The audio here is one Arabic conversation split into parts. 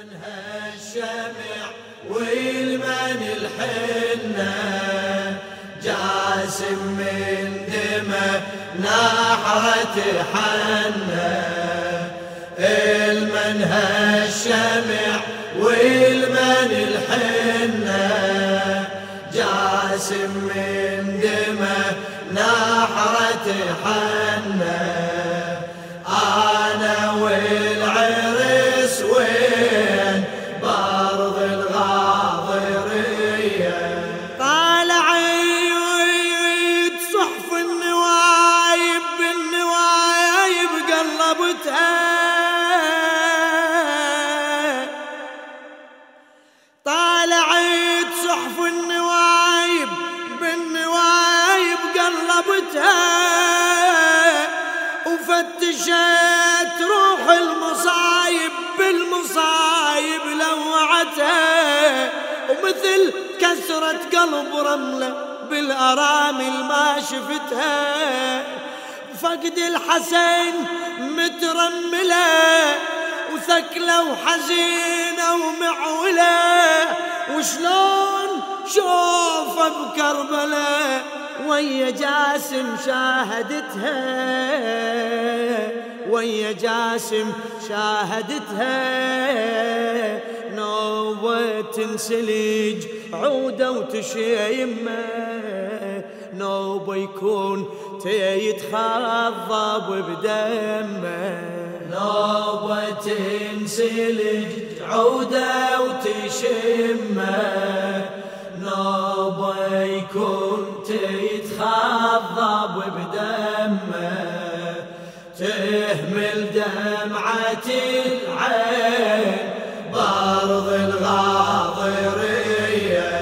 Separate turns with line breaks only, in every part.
منها الشمع والمن الحنة جاسم من دمه ناحرة حنة المنها الشمع والمن الحنة جاسم من دمه ناحرة حنة أنا والعرس وين بارض الغاضرية
طالع عيد صحف النوايب بالنوايب قلبتها طالع عيد صحف النوايب بالنوايب قلبتها وفتشت روح المصايب بالمصايب لوعتها ومثل كسرة قلب رملة بالأرامل ما شفتها فقد الحسن مترملة وثكلة وحزينة ومعولة وشلون شوفها بكربلة ويا جاسم شاهدتها ويا جاسم شاهدتها نوبة تنسلج عودة وتشيمة نوبة يكون تيتخضب بدمه
نوبة تنسلج عودة وتشمه نوبة يكون تيتخضب بدمه تهمل دمعة العين بارض الغاضرية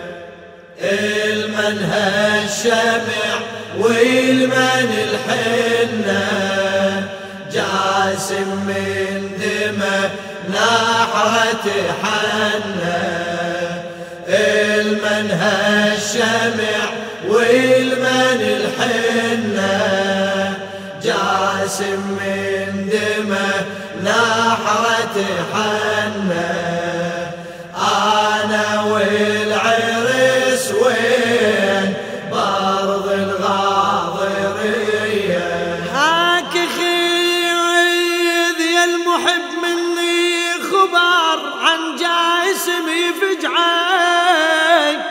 المنها الشمع والمن الحنة جاسم من دمه ناحرة حنة المنها الشمع والمن الحنة جاسم من دمه ناحرة حنة أنا والعرس وين بارض الغاضرية
هاك خيذ يا المحب مني خبر عن جاسم يفجعك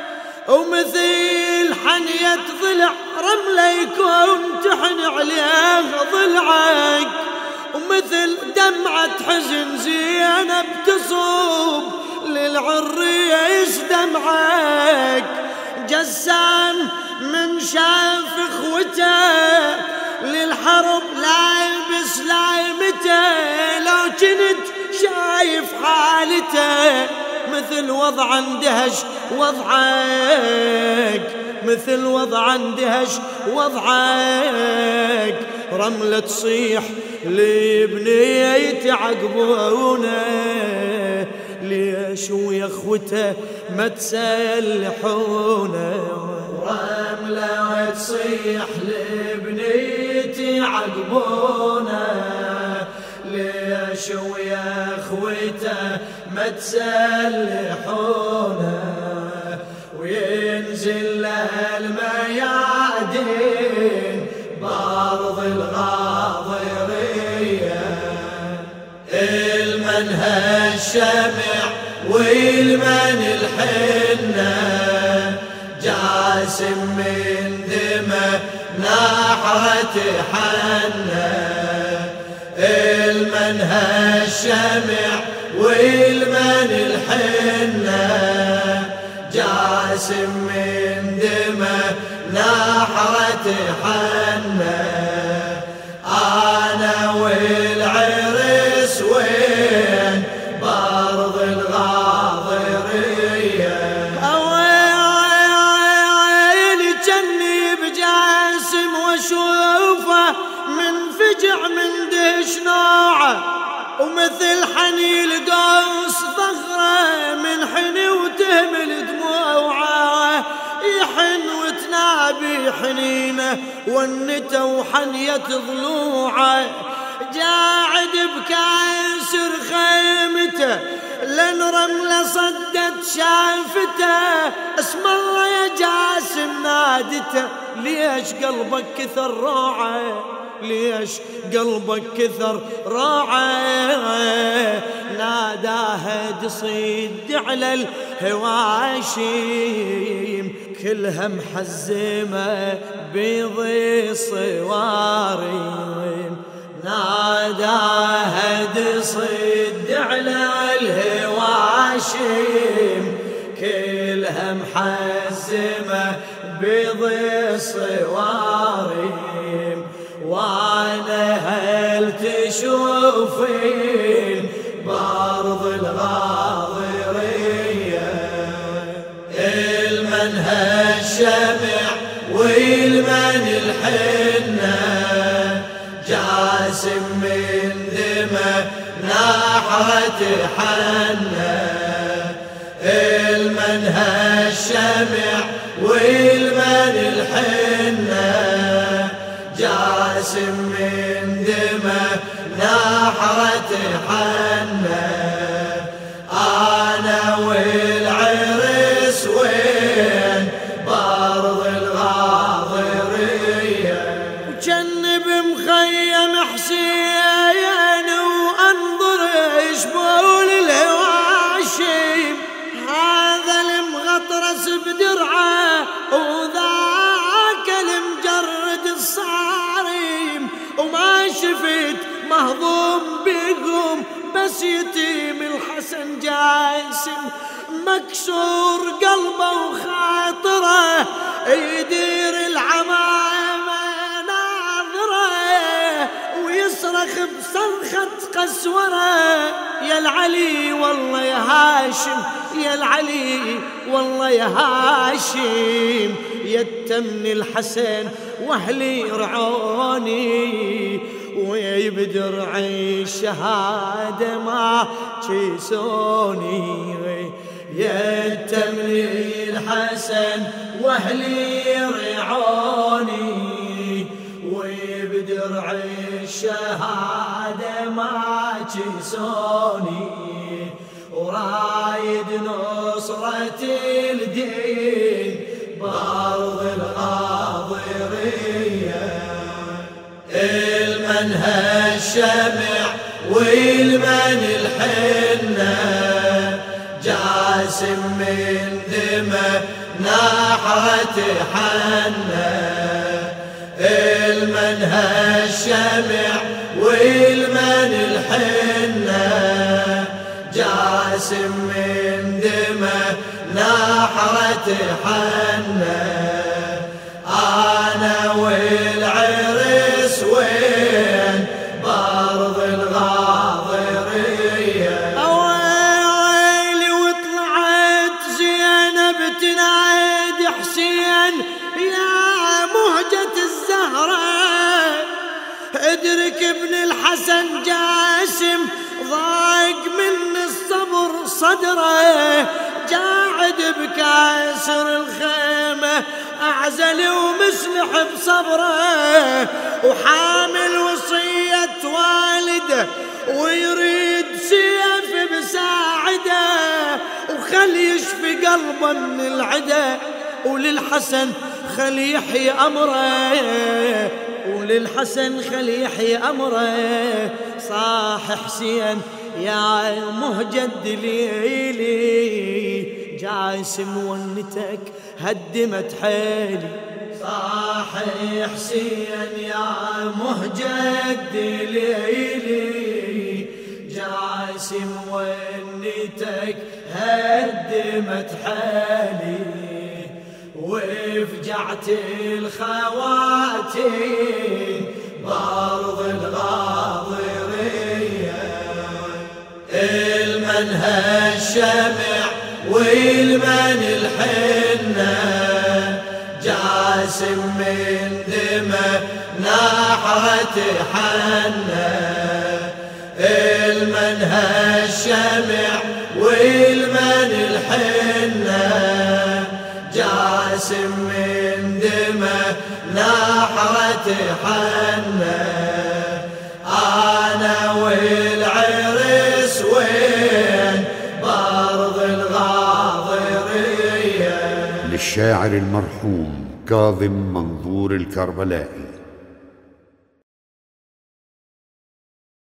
ومثل حنية ضلع رملة يكون تحن عليه ضلعك ومثل دمعة حزن زينب تصوب للعرية يسدمعك جسام من شاف اخوته للحرب لايبس لايمته لو كنت شايف حالته مثل وضع اندهش وضعك مثل وضع اندهش وضعك رملة تصيح لبنية يتعقبونه ليش ويا اخوته ما تسلحونه
رملة تصيح لبنية يتعقبونه ليش ويا اخوته ما تسلحونه وينزل له الميادين بارض الغاضرية المنها الشمع والمن الحنة جاسم من دمه ناحرة حنة المنها الشمع والمن الحنة جاسم من دمه ناحرة حنة أنا والعرس وين بارض الغاضرية
أويلي جني بجاسم واشوفه منفجع من دش نوعه ومثل حنين قوس ضغره من حني وتهمل دموعه يحن وتنابي حنينه ونته وحنية ضلوعه قاعد بكاسر خيمته ولده، لن رملة صدت شافته، اسم الله يا جاسم نادته. ليش قلبك كثر روعه؟ ليش قلبك كثر روعه؟ ناداها تصيد على الهواشيم، كلها محزمه بيض الصواريم. ناداها تصيد على الهواشيم، كلها محزمه بيض الصواريم. وانا هل تشوفين بارض الغاضرية، المنها الشمع والمن الحنة، جاسم من دمه ناحرة حنة، المنها الشمع والمن الحنة، جاسم من دمه ناحرة حنة. أنا والعرس وين بارض الغاضرية،
وجنب مخيم حسين وانظر شبول الهواشيم، هذا المغطرس بدرعه وذاك المجرد الصاريم، وما شفت مهضوم بكم بس يتيم الحسن جاسم، مكسور قلبه وخاطره يدير العمامة ناظره، ويصرخ بصرخة قسوره، يا العلي والله يا هاشم، يا العلي والله يا هاشم، يتمن الحسن واهلي رعوني، ويبدرعي الشهادة ما جيسوني، يتمني الحسن واهلي رعوني، ويبدرعي الشهادة ما جيسوني، ورايد نصرة الدين بارض الغاضرية، المنها الشمع والمن الحنة، جاسم من دمه ناحرة حنة، المنها الشمع والمن الحنة، جاسم من دمه ناحرة حنة. أنا والعرس وين بارض الغاضرية،
أويلي وطلعت زينب تنادي حسين يا مهجة الزهرة، ادرك ابن الحسن جاسم ضاق من الصبر صدره، قاعد بكاسر الخيمة أعزل ومسلح بصبره، وحامل وصية والده ويريد سيف بساعده، وخلي يشفي قلبه من العدا، وللحسن خلي يحيي أمره، وللحسن خلي يحيي أمره. صاح حسين يا مهجة دليلي، جاسم ونتك هدمت حيلي،
صاح حسين يا مهجة دليلي، جاسم ونتك هدمت حالي، وفجعت الخواتيم بارض الغاضرية، المنها الشمع والمن الحنة، جاسم من دمه ناحرة حنة، المنها الشمع والمن الحنة، جاسم من دمه ناحرة حنة. أنا والعرس وين
للشاعر المرحوم كاظم منظور الكربلائي.